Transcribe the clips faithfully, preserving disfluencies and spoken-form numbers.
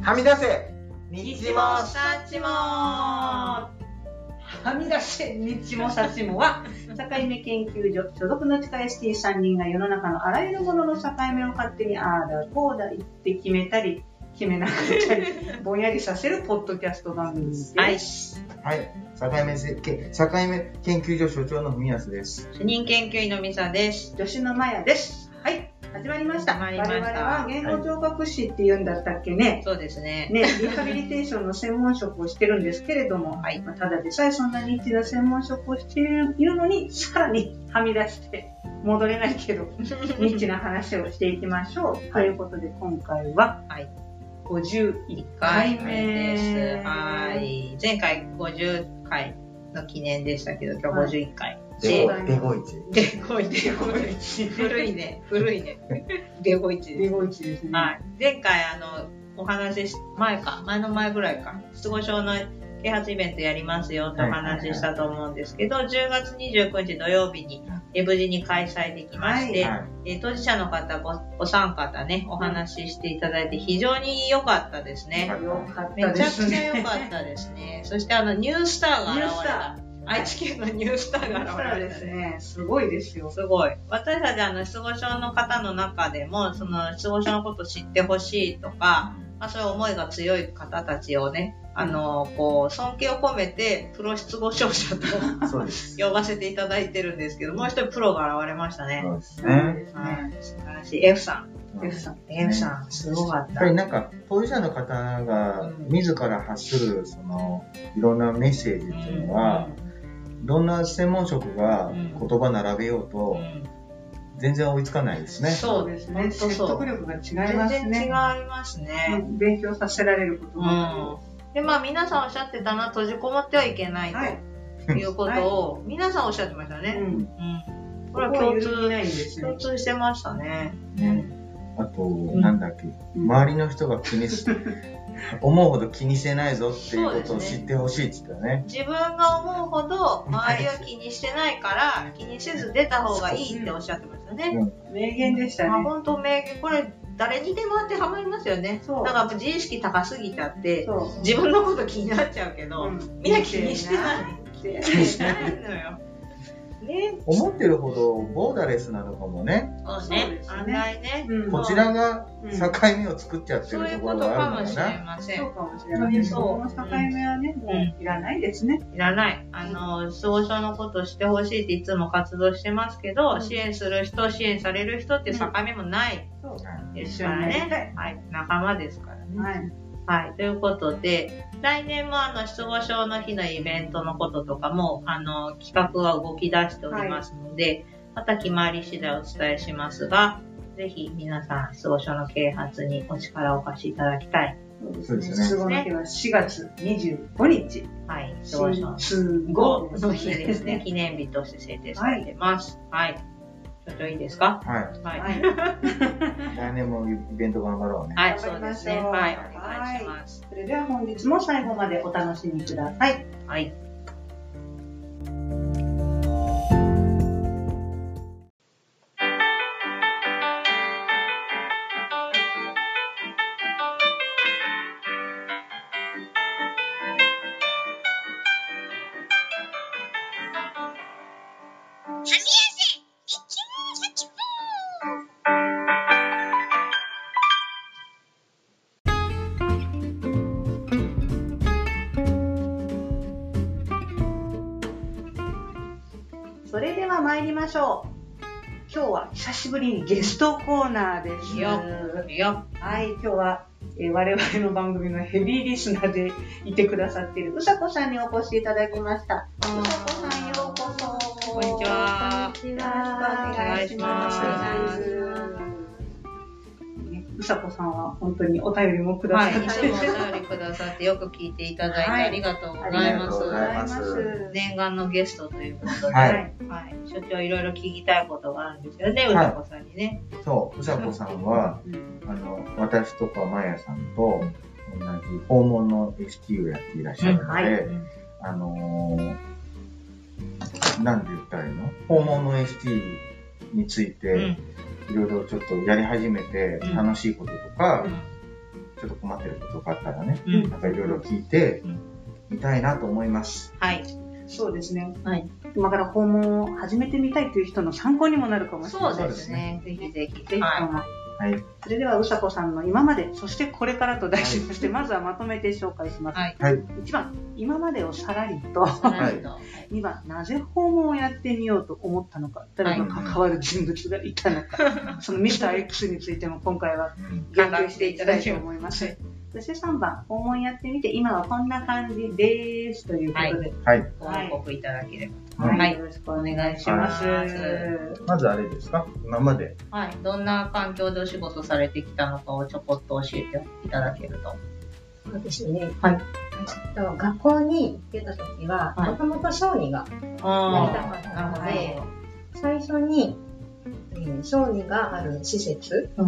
はみ出せ日もさちもはみ出せ日もさちもは境目研究所所属の地下 エスティーさん 人が世の中のあらゆるものの境目を勝手にああだこうだ言って決めたり決めなかったりぼんやりさせるポッドキャスト番組です。 はい、はい、境目せ境目研究所所長の文安です。 主任研究員のミサです。 助手のマヤです。はい、始まりました。 始まりました。 我々は言語聴覚士って言うんだったっけね。 はい、そうですね。 ね、リハビリテーションの専門職をしてるんですけれども、はい、まあ、ただでさえそんなニッチな専門職をしているのに、さらにはみ出して戻れないけどニッチな話をしていきましょう。はい、ということで今回は、はい、ごじゅういっかいめです。 はい。前回ごじゅっかいの記念でしたけど、今日ごじゅういっかい。 デゴイチ。 デゴイチ。古いね。古いね。デゴイチです。 デゴイチですね。 はい。前回あの、お話し、前か、前の前ぐらいか、失語症の啓発イベントやりますよってお話ししたと思うんですけど、じゅうがつにじゅうくにち土曜日に無事に開催できまして、はいはい、当事者の方ごお三方ね、お話ししていただいて非常に良かったですね。 良かっためちゃくちゃ良かったですね。そしてあの、ニュースターが現れた。愛知県のニュースターが現れた。 ですね。すごいですよ。 すごい。私たちあの、失語症の方の中でも、その、失語症のことを知ってほしいとか、まあ、そういう思いが強い方たちをね、あの、こう、尊敬を込めて、プロ失語症者と呼ばせていただいてるんですけど、もう一人プロが現れましたね。 そうですね。 はい。素晴らしい。F さん。F さん。F さん、すごかった。 やっぱりなんか、当事者の方が自ら発する、その、いろんなメッセージっていうのは、どんな専門職が言葉並べようと、全然追いつかないですね。 そうですね。説得力が違いますね。 全然違いますね。 勉強させられることも、 うん。で、まあ皆さんおっしゃってたのは閉じこもってはいけない、はい、ということを、はい、皆さんおっしゃってましたね。うん。うん、これは共通、共通してましたね。 ね。あと、うん、なんだっけ、周りの人が気にする。思うほど気にしてないぞっていうことを知ってほしいって言ったよね。 自分が思うほど周りは気にしてないから気にせず出た方がいいっておっしゃってましたね。 うん、名言でしたね。 まあ、本当名言。これ誰にでも当てはまりますよね。そう。だから自意識高すぎちゃって自分のこと気になっちゃうけど、うん、みんな気にしてない。気にしてないのよ。 ね、思ってるほどボーダレスなのかもね。 そうね。案外ね。 こちらが境目を作っちゃってるところがあるのかな。 そういうことかもしれません。 そうかもしれません。その境目はね、もういらないですね。 いらない。あの、失語症のことをしてほしいっていつも活動してますけど、支援する人、支援される人っていう境目もないですからね。はい。仲間ですからね。はい。はい。ということで、来年もあの、失語症の日のイベントのこととかも、あの、企画は動き出しておりますので、はい、また決まり次第お伝えしますが、ぜひ皆さん、失語症の啓発にお力をお貸しいただきたい。 そうですね。 失語の日はしがつにじゅうごにち。 はい。失語症の日ですね。記念日として制定されてます。はい。ちょっといいですか？ はい。はい。来年もイベント頑張ろうね。 はい、そうですね。はい、お願いします。 それでは本日も最後までお楽しみください。 はい。 それでは参りましょう。今日は久しぶりにゲストコーナーです。 よよはい、今日は、えー、我々の番組のヘビーリスナーでいてくださっているうさこさんにお越しいただきました。うさこさん、ようこそ。 こんにちは。 こんにちは。お願いします。うさこさんは本当にお便りもくださって、はい、いつもお便りくださってよく聞いていただいてありがとうございます。 はい、ありがとうございます。 念願のゲストということで、 はい、 はい、所長いろいろ聞きたいことがあるんですよね、うさこさんにね。 そう、うさこさんは、あの、私とかまやさんと同じ訪問の エスティー をやっていらっしゃるので、うん、はい、あのー、なんて言ったらいいの？訪問の エスティー について、うん、いろいろちょっとやり始めて楽しいこととか、うん、 ちょっと困ってることがあったらね、なんかいろいろ聞いてみたいなと思います。 はい。そうですね。はい。今から訪問を始めてみたいという人の参考にもなるかもしれない。 そうですね。ぜひぜひ。ぜひとも。 はい。 それでは、うさこさんの今まで、そしてこれからと題しまして、まずはまとめて紹介します。はい。いちばん、今までをさらりと。はい。にばん、なぜ訪問をやってみようと思ったのか。誰が関わる人物がいたのか。そのミスター X についても今回は言及していただきたいと思います。そしてさんばん、訪問やってみて、今はこんな感じです。ということで。 はい。 ご報告いただければ。はい。よろしくお願いします。 まずあれですか？今まで。 はい。どんな環境でお仕事されてきたのかをちょこっと教えていただけると。 そうですね。はい。学校に出た時は、もともと小児がやりたかったので、最初に、小児がある施設、うん、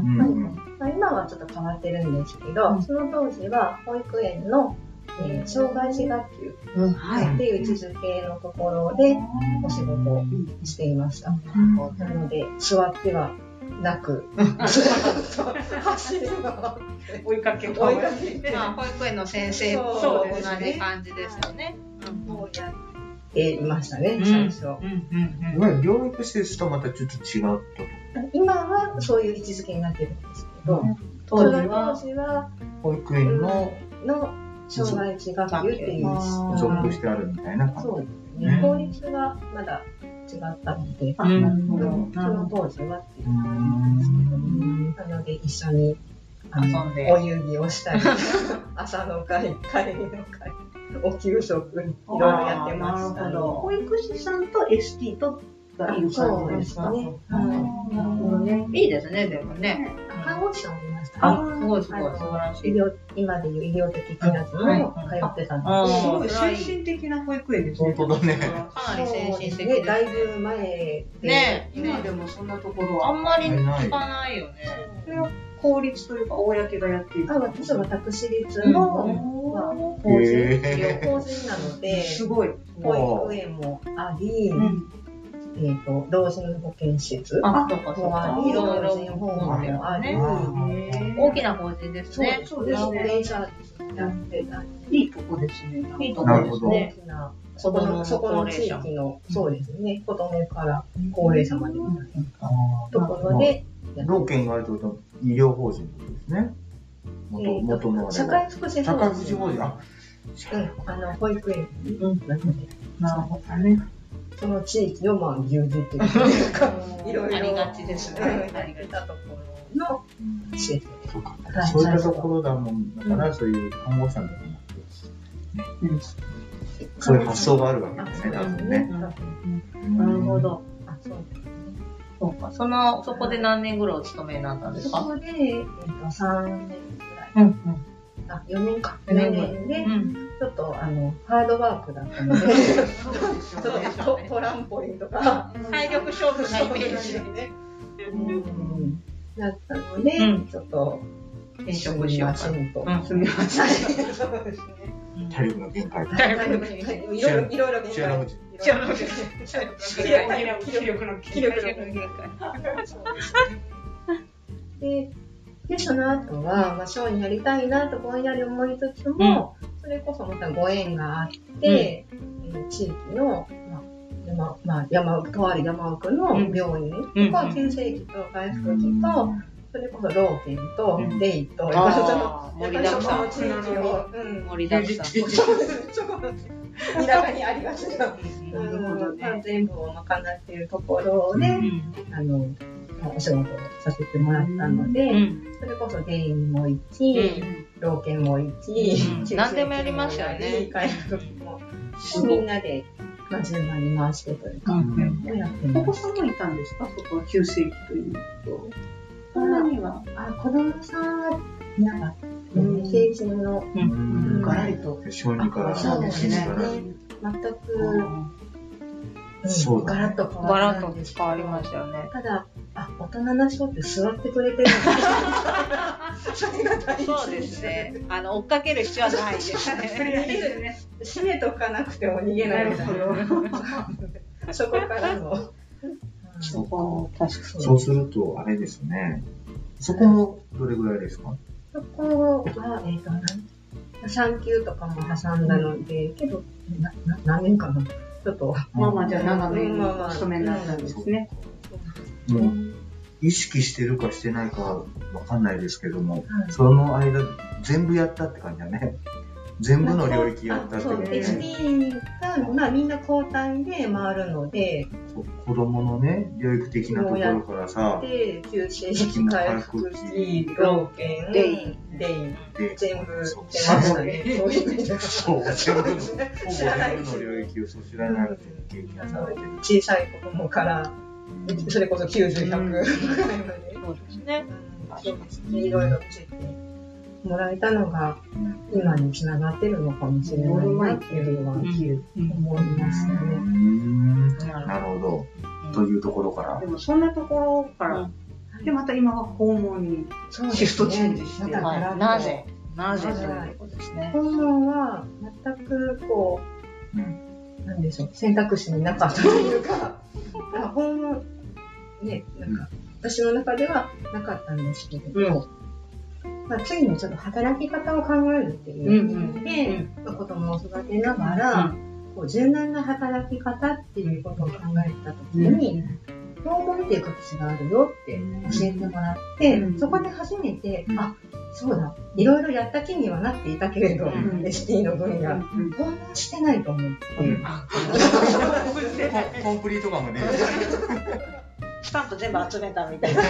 まあ、今はちょっと変わってるんですけど、うん、その当時は保育園の、えー、障害児学級っていう位置づけのところでお仕事をしていました。うん、なので座ってはなく走りの追いかけ追いかけまあ保育園の先生と同じ感じですよね。 もうやっていましたね、最初。 いわゆる療育施設とまたちょっと違うと。 今はそういう位置づけになってるんですけど、当時は保育園の障害児学級っていう属してあるみたいな感じ。 そうですね。法律はまだ違ったので、その当時はっていう感じですけど、なので一緒にお遊戯をしたり、朝の会、帰りの会、お給食、いろいろやってました。 保育士さんと エスティー とがいる感じですかね。 なるほどね。いいですね、でもね。 看護師さんもいました。 あ、すごいすごい、素晴らしい。 今でいう医療的ケア児も通ってたので、 すごい精神的な保育園ですね。 本当だね。 かなり精神的ね。だいぶ前で。ね、今でもそんなところは。 あんまり聞かないよね。 それは公立というか、公がやっている。 あ、私は私立の法人、法人なので、 すごい。 保育園もあり、えっと、老人保健施設もあり、 老人ホームもあり、 大きな法人ですね。 そうですね。電車やってたり、いいとこですね。 いいとこですね。 そこの、そこの地域の、そうですね。子供から高齢者までのところで。 老健があるということは医療法人ですね。元、元のあれは。 社会福祉法人。 社会福祉法人。あ、 あの、保育園なので。 なるほどね。 その地域をまあ牛耳っていろいろありがちですね。 ありがちなところの施設。 そうか。そういったところだもんだから、そういう看護師さんとかもそういう発想があるわけですね、多分ね。 なるほど。あ、そうですね。そうか。その、そこで何年ぐらいお勤めになったんですか？ そこで、えっと、さんねんぐらい。うんうん。あ、よねんか。よねんで、ちょっと、あの、ハードワークだったので、ちょっとトランポリンとか、 体力勝負なイメージね。 だったので、ちょっと、 転職しようか。 すみません。 そうですね。 体力の限界。 体力の限界。いろいろ、いろいろ限界。 知らなくち。 知らなくち。 気力の限界。 で、で、その後は、まあ、ショーにやりたいなとぼんやり思いつつも、うん、それこそまたご縁があって、うん、地域の、まあ、山、まあ、山奥、とある山奥の病院とか、急性期と回復期と、それこそ老健とデイと、 盛りだくさん。 地域を、 盛りだくさん。 田舎にありがちな、全部を賄っているところで、あの、お仕事をさせてもらったので、うん、それこそデイもいち、うん、老犬もいち、 うん、何でもやりましたよね。 帰る時も、みんなで、まあ、順番に回してというか、うん、 やってます。お子さんもいたんですか？そこは急性期というと。そんなには。 あ、子供さんはいなかった。成人の、 ガラリと。 小児からそうですね。全く、 そう、 ガラッと変わらないんです。変わりましたよね。 ただ、あ、大人の人って座ってくれてるんだ。それが大事。 そうですね。あの、追っかける必要はないですね。 閉めとかなくても逃げないみたいな。そこからの。 そうか。そうすると、あれですね。そこもどれぐらいですか？ そこは、えっと、産休とかも挟んだので、けど、な、な、何年かなちょっと。 まあまあ、じゃあ長めにお勤めになったんですね。 もう、意識してるかしてないかわかんないですけども、その間、全部やったって感じだね。全部の領域やったってことで。エスティー が、まあみんな交代で回るので、 子供のね、療育的なところからさ、 で、急性期、回復期、老健、デイ、デイ、全部出ましたね。 そう、全部、ほぼ全部の領域を知らなくて経験されてる。 小さい子供から、それこそきゅうじゅう、ひゃくぐらいまで。 そうですね。 いろいろ見せてもらえたのが、今につながってるのかもしれないなっていうのは思いますね。 なるほど。というところから。 でもそんなところから、で、また今は訪問にシフトチェンジして。 なぜなぜということですね。 訪問は全くこう、なんでしょう、選択肢になかったというか、訪問、ね、なんか、私の中ではなかったんですけれど、まあ、次にちょっと働き方を考えるっていう意味で、子供を育てながら、こう柔軟な働き方っていうことを考えたときに、訪問っていう形があるよって教えてもらって、そこで初めて、あ、そうだ、いろいろやった気にはなっていたけれど、エスティー の分野、訪問してないと思って。 コンプリート感がね。 スタンプ全部集めたみたいな。で、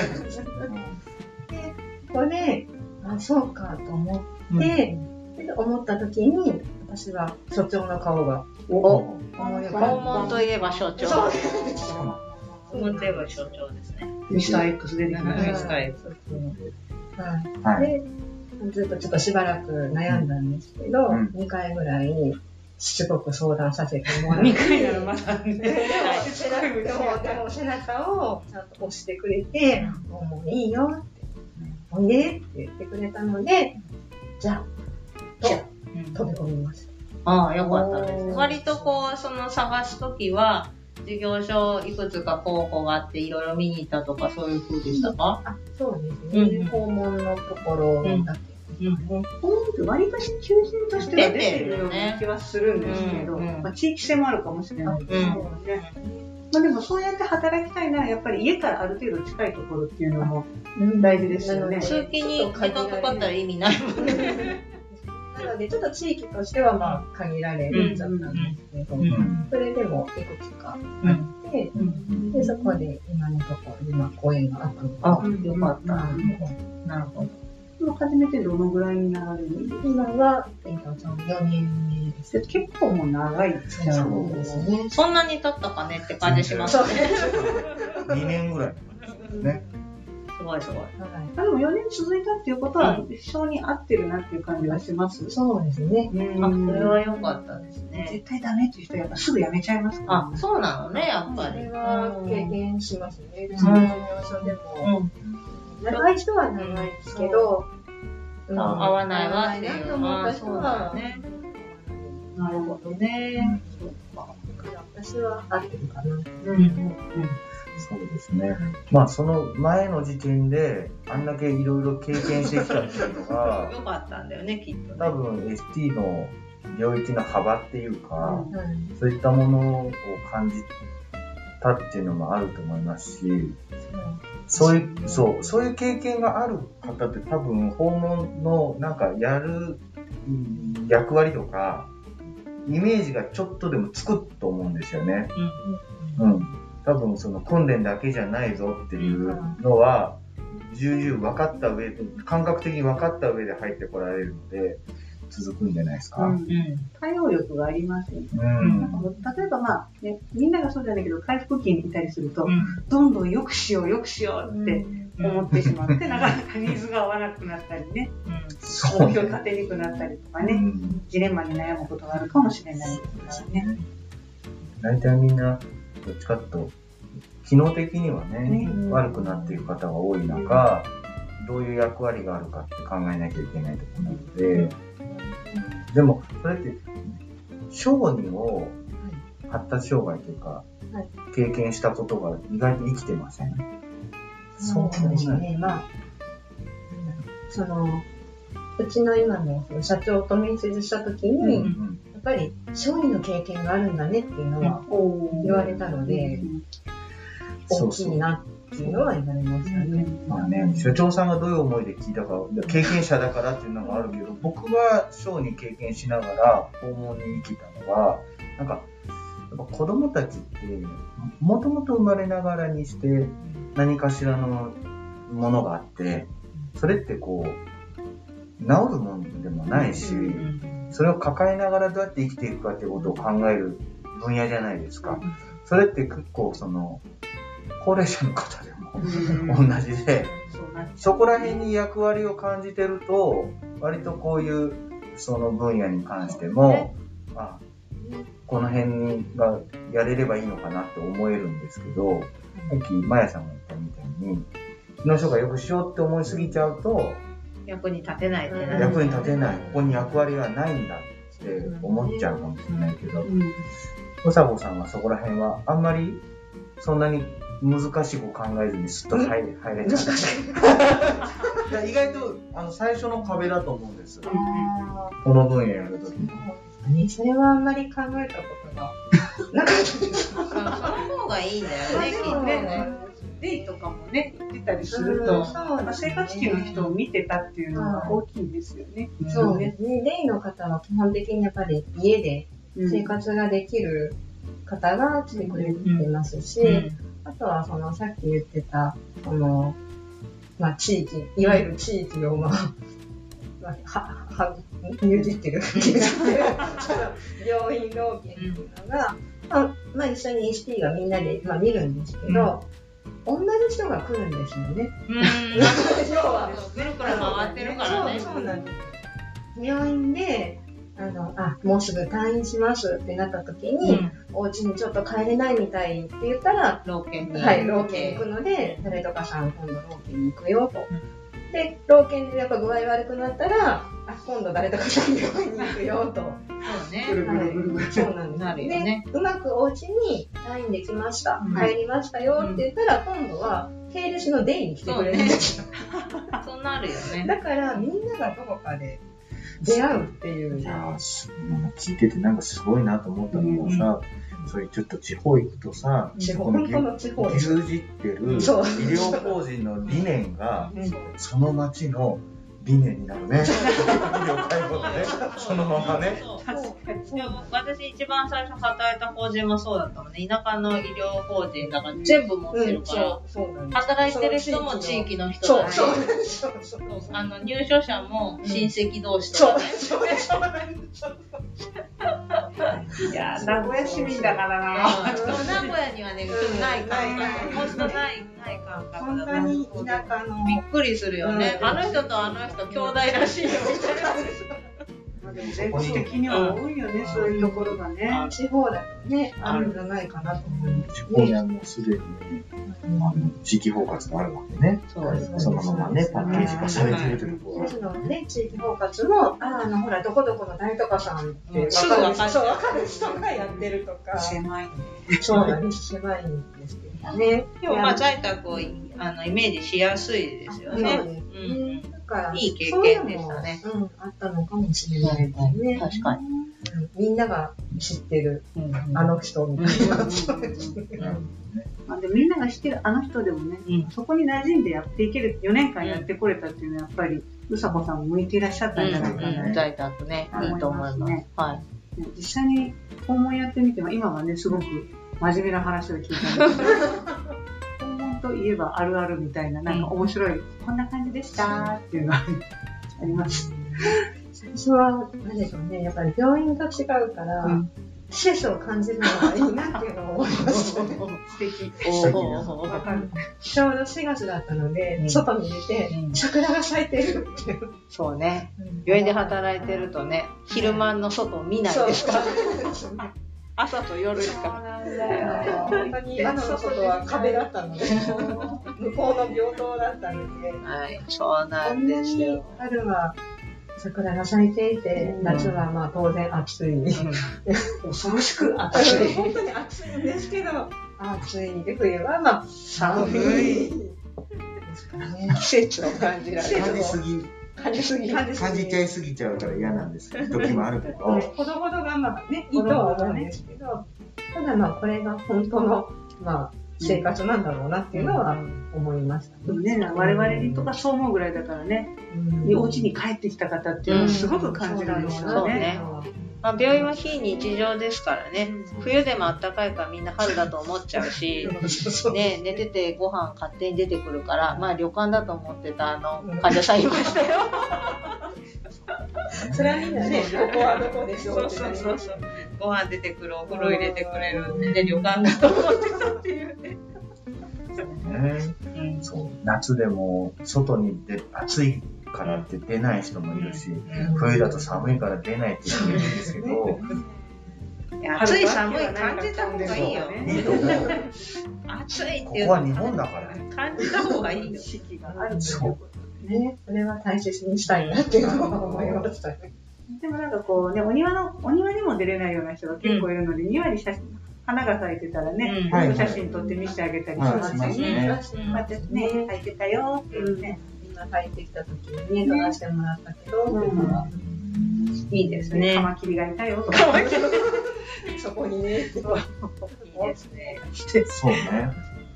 ここで、あ、そうかと思って、で思った時に、私は所長の顔が、 お訪問といえば所長。そうです。訪問といえば所長ですね。 ミスター X 出てきました。ミスター X。 はい。で、ずっとちょっとしばらく悩んだんですけど、にかいぐらい、しつこく相談させてもらって。 にかいならまだね。 でも背中をちゃんと押してくれて、もういいよって、おいでって言ってくれたので、じゃあ、と飛び込みました。 ああ、よかったです。割とこう、その探すときは、事業所いくつか候補があっていろいろ見に行ったとかそういう風でしたか？ あ、そうですね。訪問のところだけ。 訪問って割と中心としては出てるような気はするんですけど、まあ、地域性もあるかもしれないですね。まあでもそうやって働きたいならやっぱり家からある程度近いところっていうのも大事ですよね。 通勤に時間かかったら意味ないもんね。 なのでちょっと地域としてはまあ限られちゃったんですけど、それでもいくつかあって、でそこで今のところ今公園があったので、 あ、よかった。なるほど。 初めてどのぐらいになられるんですか？ 今は、えっと、よねんめです。 結構もう長いですね。 そうですね。 そんなに経ったかねって感じしますね。 にねんぐらいね。 すごいすごい。 でもよねん続いたっていうことは、性に合ってるなっていう感じがします。 そうですね。 あ、それは良かったですね。 絶対ダメっていう人はやっぱすぐ辞めちゃいますから。 あ、そうなのね、やっぱり。 それは経験しますね。うちの事業所でも。長い人は長いですけど、 合わないわっていうと思った人はね。 なるほどね。 私は合ってるかな。 そうですね。まあその前の時点であんだけいろいろ経験してきたっていうのがよかったんだよね、きっと。 多分 エスティー の領域の幅っていうか、そういったものを感じたっていうのもあると思いますし、そういう、そう、そういう経験がある方って多分訪問のなんかやる役割とか、イメージがちょっとでもつくと思うんですよね。うん。うん、多分その訓練だけじゃないぞっていうのは、重々分かった上で、感覚的に分かった上で入ってこられるので、続くんじゃないですか。うん、 対応力がありますよね。うん、例えばまあ、ね、みんながそうじゃないけど、回復期にいたりすると、うん、どんどん良くしよう、良くしようって思ってしまって、なかなかニーズが合わなくなったりね、うん、目標立てにくくなったりとかね、うん、ジレンマに悩むことがあるかもしれないですからね。 大体みんな、どっちかというと、機能的にはね、ね悪くなっている方が多い中、うん、どういう役割があるかって考えなきゃいけないところなので、うんでも、それって、小児を発達障害というか、はい、経験したことが意外と生きてません？ そうですね。まあ、その、 うちの今の社長と面接したときに、うん、やっぱり小児の経験があるんだねっていうのは言われたので、うん、大きいなっていうのは言われましたね。 まあね、社長さんがどういう思いで聞いたか、経験者だからっていうのがあるけど、僕は小児経験しながら訪問に生きたのは、なんか、やっぱ子供たちって、もともと生まれながらにして何かしらのものがあって、それってこう、治るもんでもないし、それを抱えながらどうやって生きていくかっていうことを考える分野じゃないですか。それって結構その、高齢者の方でも同じで、そこら辺に役割を感じてると、割とこういうその分野に関しても、あ、この辺がやれればいいのかなって思えるんですけど、さっきマヤさんが言ったみたいに、機能障害よくしようって思いすぎちゃうと、 役に立てないってなる。 役に立てない、ここに役割がないんだって思っちゃうかもしれないけど、うさぼさんはそこら辺はあんまりそんなに難しく考えずにスッと入れ、入れちゃう。意外とあの最初の壁だと思うんです。この分野やるときに。それはあんまり考えたことがなかったです。 その方がいいんだよね、きっとね。 デイとかもね、行ってたりすると、生活期の人を見てたっていうのが大きいですよね。 そうですね。デイの方は基本的にやっぱり家で生活ができる方が来てくれてますし、あとはそのさっき言ってた、この、まあ地域、いわゆる地域をまあ、は、は、牛耳ってる。病院老犬っていうのが、まあ、まあ一緒に エイチピー がみんなで、まあ、見るんですけど、同じ人が来るんですよね。 うん。要は、ぐるくる回ってるからね。 そうなんです。病院で、あの、あ、もうすぐ退院しますってなった時に、うん、お家にちょっと帰れないみたいって言ったら、 老犬に。 はい、老犬行くので、誰とかさん今度老犬に行くよと。うん、で、老犬でやっぱ具合悪くなったら、あ、今度誰とかさん病院に行くよと。 そうね。 はい、そうなんです。 なるよね。 で、うまくお家に退院できました、うん、帰りましたよって言ったら、うん、今度は、系列のデイに来てくれるんですよ。 そうなるよね。 だから、みんながどこかで、出会うっていう。 いやー、聞いててなんかすごいなと思ったのがさ、うん、そういうちょっと地方行くとさ、 地方本当の地方牛耳ってる医療法人の理念が、その町の理念になるね。医療介護のね、そのままね。 私一番最初働いた法人もそうだったのね。田舎の医療法人だから全部持ってるから、働いてる人も地域の人だし、あの入所者も親戚同士とかね。 いやー、名古屋市民だからな。 名古屋にはね、ない感覚。本当ない、ない感覚。 本当に田舎の。 びっくりするよね。あの人とあの人、兄弟らしいよ、みたいな。 でも全国的には多いよね、そういうところがね。 地方だとね、あるんじゃないかなと思います。 地方にはもうすでに、地域包括があるわけね。 そうです。 そのままね、パッケージ化されてるということは。 ですのね、地域包括も、あ、あの、ほら、どこどこの誰とかさんって分かる、そう、分かる人がやってるとか。 狭い。 そうなんです、狭いんですけどね。 でも、まあ、在宅をあのイメージしやすいですよね。そうですね。だから、いい経験でしたね。 うん、あったのかもしれないですね。 確かに。 みんなが知ってる、あの人みたいな。 まあ、でみんなが知ってるあの人でもね、うん、そこに馴染んでやっていける、よねんかんやってこれたっていうのはやっぱり、うさこさんも向いていらっしゃったんじゃないかな、ね。 うんうん、在宅ね、いいと思いますね。はい。 実際に訪問やってみても、今はね、すごく真面目な話を聞いたんですけど、訪問といえばあるあるみたいな、なんか面白い、こんな感じでしたっていうのがあります。 最初は、何でしょうね、やっぱり病院と違うから、うん季節を感じるのがいいなっていうのを思いましたね。 素敵。 わかる。ちょうどしがつだったので、うん、外に出て、うん、桜が咲いてるっていう。 そうね。病院で働いてるとね、昼間の外を見ないですから。朝と夜しか。そうなんだよ。本当に朝の外は壁だったので、向こうの病棟だったので。 はい、そうなんですよ。 春は桜が咲いていて、夏はまあ当然暑い。 恐ろしく暑い。 本当に暑いんですけど、暑い。で、冬はまあ寒い。ですかね。 季節を感じられる。 感じすぎ。 感じすぎ感じちゃいすぎちゃうから嫌なんですけど、時もあるけど。ほどほどがまあね、 いいとは思うんですけど、ただまあこれが本当の、まあ、生活なんだろうなっていうのは思いましたね。ね、我々にとかそう思うぐらいだからね、お家に帰ってきた方っていうのはすごく感じるんですよね。 まあ、病院は非日常ですからね、冬でも暖かいからみんな春だと思っちゃうし、ね、寝ててご飯勝手に出てくるから、まあ旅館だと思ってたあの患者さんいましたよ。 それはみんなね、ここはどこでしょうって。 そうそうそう。ご飯出てくる、お風呂入れてくれるんでね、旅館だと思ってたっていうね。 ね、うん、そう夏でも外に出暑いからって出ない人もいるし、うん、冬だと寒いから出ないって人もいるんですけど、 いや暑い寒い感じた方がいいよね。 いいと思う。 暑いっていうここは日本だから感じた方がいいよ。 四季がある。 そうね、それは大切にしたいなっていうのは思いましたね。 でもなんかこうね、お庭のお庭にも出れないような人が結構いるので、うん、庭に写真花が咲いてたらね、うん、写真撮って見せてあげたりしますよね。私ね、咲いてたよっていうね。 今帰ってきた時に撮らせてもらったけど、 いいですね。 カマキリがいたよとか。 そこにね。いいですね。 そうね。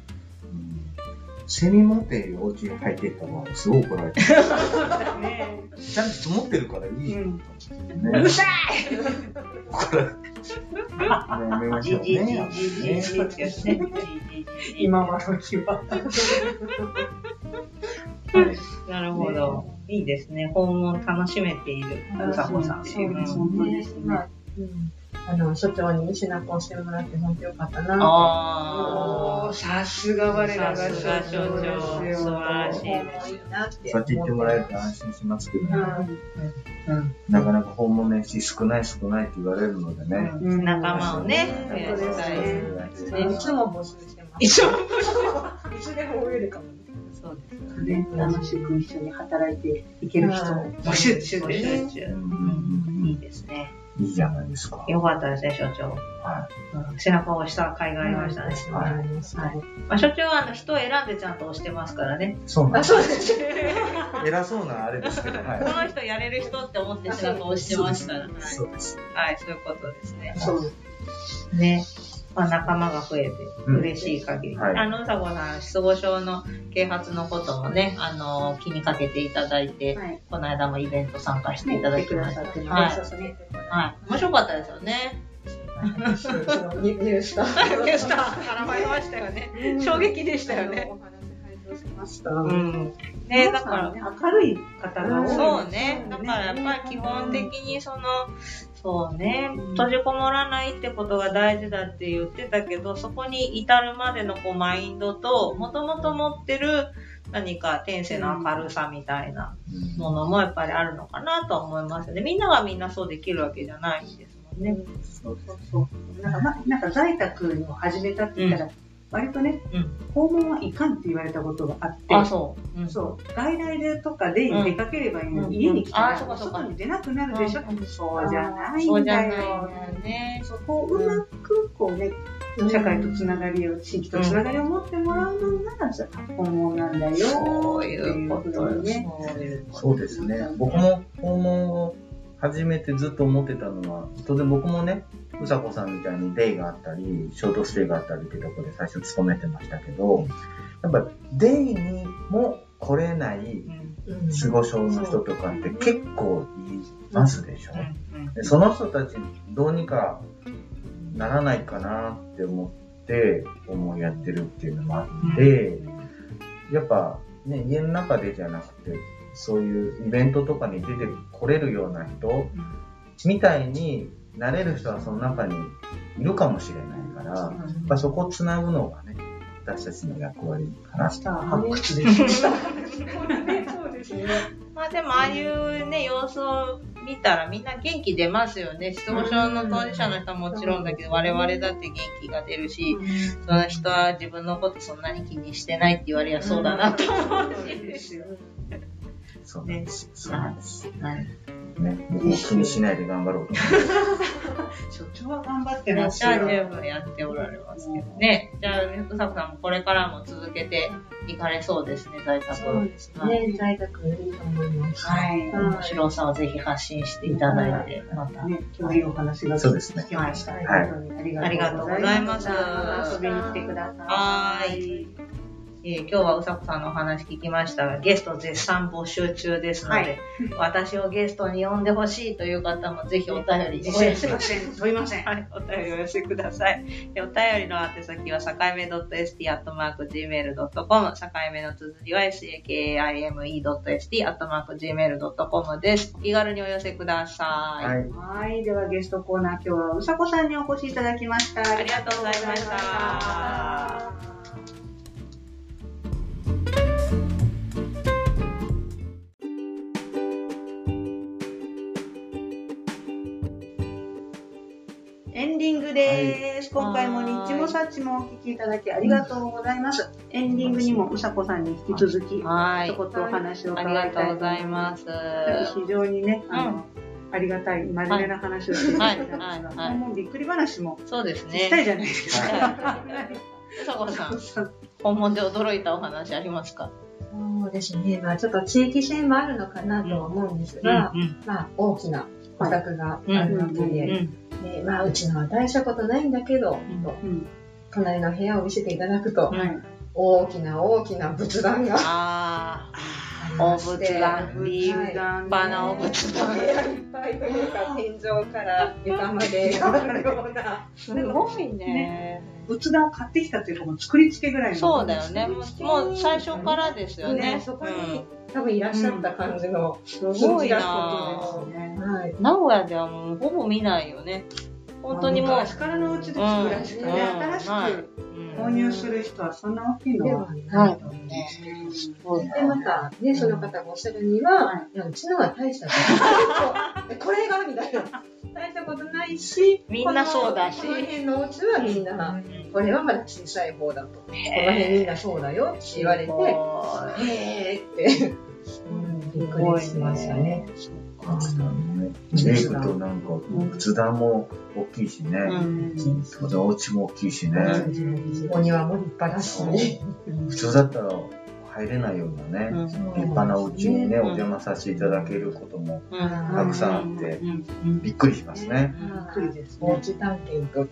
セミ持っているお家に入っていったのはすごい怒られてる。ちゃんと積もってるからいい。 うるさい。 怒られてる。やめましょうね。 今は時は。 なるほど。いいですね。訪問楽しめているうさこさん。 そうです、本当ですね。 あの、所長に背中を押してもらって本当よかったな。 ああ、さすが我らが所長ですよ。素晴らしい。 いいなって。 そうやって言ってもらえると安心しますけどね。なかなか訪問年数少ない少ないって言われるのでね。 仲間をね、増やしたいですね。いつも募集してます。 いつも募集。 いつでもウェルカム。 そうですね。楽しく一緒に働いていける人を募集中です。 いいですね。 いいじゃないですか。 よかったですね、所長。 はい。 背中を押した甲斐がありましたね。 はい。 まあ、所長はあの人を選んでちゃんと押してますからね。 そうなんです。 そうですね。 偉そうなあれですけど、はい。 この人やれる人って思って背中を押してますから。 そうです。 はい、そういうことですね。 そうね。まあ、仲間が増えて嬉しい限り。うんはい、あの、うさこさん、失語症の啓発のこともね、あの、気にかけていただいて、はい、この間もイベント参加していただきました。はい。はい。面白かったですよね。 ニュースター。ニュースター、絡まましたよね。衝撃でしたよね。 うん。 ね、だから、 明るい方が多い。 そうね。だからやっぱり基本的にその、そうね、閉じこもらないってことが大事だって言ってたけど、そこに至るまでのこうマインドと、もともと持ってる何か天性の明るさみたいなものもやっぱりあるのかなとは思いますね。みんながみんなそうできるわけじゃないんですもんね。 そうそうそう。なんか、ま、なんか在宅を始めたって言ったら、うん割とね、うん、訪問はいかんって言われたことがあって、 あ、そう。 うん、そう。外来でとかで出かければいいのに、うん、家に来たら、うん、外に出なくなるでしょ、うん、そうじゃないんだよ。 ね、 そこをうまく、こうね、社会とつながりを、地域とつながりを持ってもらうのが、訪問なんだよ。 そういうことね。 そうですね。僕も訪問を初めてずっと思ってたのは、当然僕もね、うさこさんみたいにデイがあったり、ショートステイがあったりってところで最初勤めてましたけど、やっぱデイにも来れない失語症の人とかって結構いますでしょ。でその人たちどうにかならないかなって思って思いやってるっていうのもあって、やっぱね、家の中でじゃなくて、そういうイベントとかに出てこれるような人みたいになれる人はその中にいるかもしれないから、やっぱそこをつなぐのがね、私たちの役割かな。 発掘できました。 そうですね。まあでもああいうね、様子を見たらみんな元気出ますよね。失語症の当事者の人はもちろんだけど、我々だって元気が出るし、その人は自分のことそんなに気にしてないって言われりゃそうだなと思うし。 そうなんです。そうなんです。 はい。 ね、僕も気にしないで頑張ろうと思います。 所長は頑張ってますよ。 じゃあ十分やっておられますけどね。じゃあ、うさこさんもこれからも続けていかれそうですね、在宅。 そうですね、在宅いいと思います。 はい。面白さをぜひ発信していただいて、また。 ね、今日いいお話がそうですね。 聞きました。 はい。 ありがとうございます。 遊びに来てください。 はい。えー、今日はうさこさんのお話聞きましたが、ゲスト絶賛募集中ですので、はい、私をゲストに呼んでほしいという方もぜひお便りお寄せください。 問いません。 はい、お便りお寄せください。お便りの宛先は、さかいめ .st アットマーク ジーメール ドットコム、さかいめの綴りは サカイメ ドット エスティー アットマーク ジーメール ドットコム です。お気軽にお寄せください。 はい。 はい。ではゲストコーナー、今日はうさこさんにお越しいただきました。 ありがとうございました。 エンディングです。はい、今回もニッチもサッチもお聞きいただきありがとうございます。エンディングにもうさこさんに引き続き、はい、一言お話を伺いたいと思います。 ありがとうございます。 非常にね、あの、うん、ありがたい、真面目な話をしていただいたんですが、もうびっくり話もそうですね。 聞きたいじゃないですか。 うさこさん、訪問で驚いたお話ありますか？ そうですね。まあちょっと地域性もあるのかなとは思うんですが、うんうん、まあ大きなお宅があるわけで、でまあうちのは大したことないんだけど、うんとうん、隣の部屋を見せていただくと、うん、大きな大きな仏壇があ大仏壇、立派な大仏壇。 いっぱいというか、天井から床まであるような。 すごいね。 仏壇を買ってきたというか、もう作り付けぐらいの。 そうだよね。もう最初からですよね。 そこに多分いらっしゃった感じの。 すごいなぁ。名古屋ではもうほぼ見ないよね。本当にもう。 昔からのうちで作らせてね、新しく購入する人はそんな大きいのはないと思うね。 で、また、ね、その方がおっしゃるには、いや、うちのは大したことない。これがみたいな。大したことないし、 みんなそうだし。 この辺のお家はみんな、これはまだ小さい方だと。この辺みんなそうだよって言われて、へーって、びっくりしましたね。 メイクとなんか仏壇も大きいしね、当然お家も大きいしね、 お庭も立派だし、 普通だったら入れないようなね、立派なお家にねお邪魔させていただけることもたくさんあってびっくりしますね。 びっくりです。 お家探検と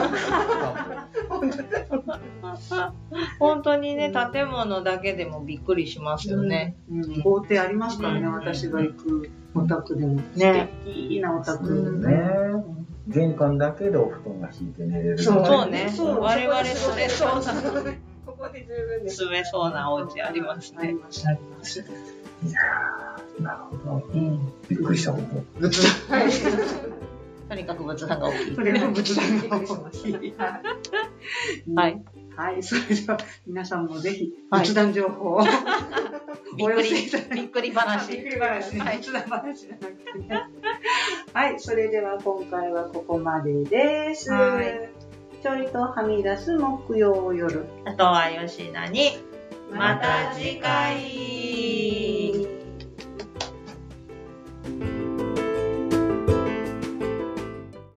本当にね、建物だけでもびっくりしますよね。 豪邸ありますからね、私が行くお宅でも。素敵なお宅ね。玄関だけでお布団が引いて寝れる。 そうね。我々それそうなの。ここで十分です。住めそうなお家ありますね。あります、あります。 いやー、なるほど。びっくりしたこと。 仏壇。 とにかく仏壇が大きい。 とにかく仏壇が大きい。 はい。 はい。それでは、皆さんもぜひ、仏壇情報を、 びっくり、びっくり話。 びっくり話。はい。仏壇話じゃなくて。はい。それでは、今回はここまでです。はい。ちょいとはみ出す木曜夜。 あとは吉田に。また次回。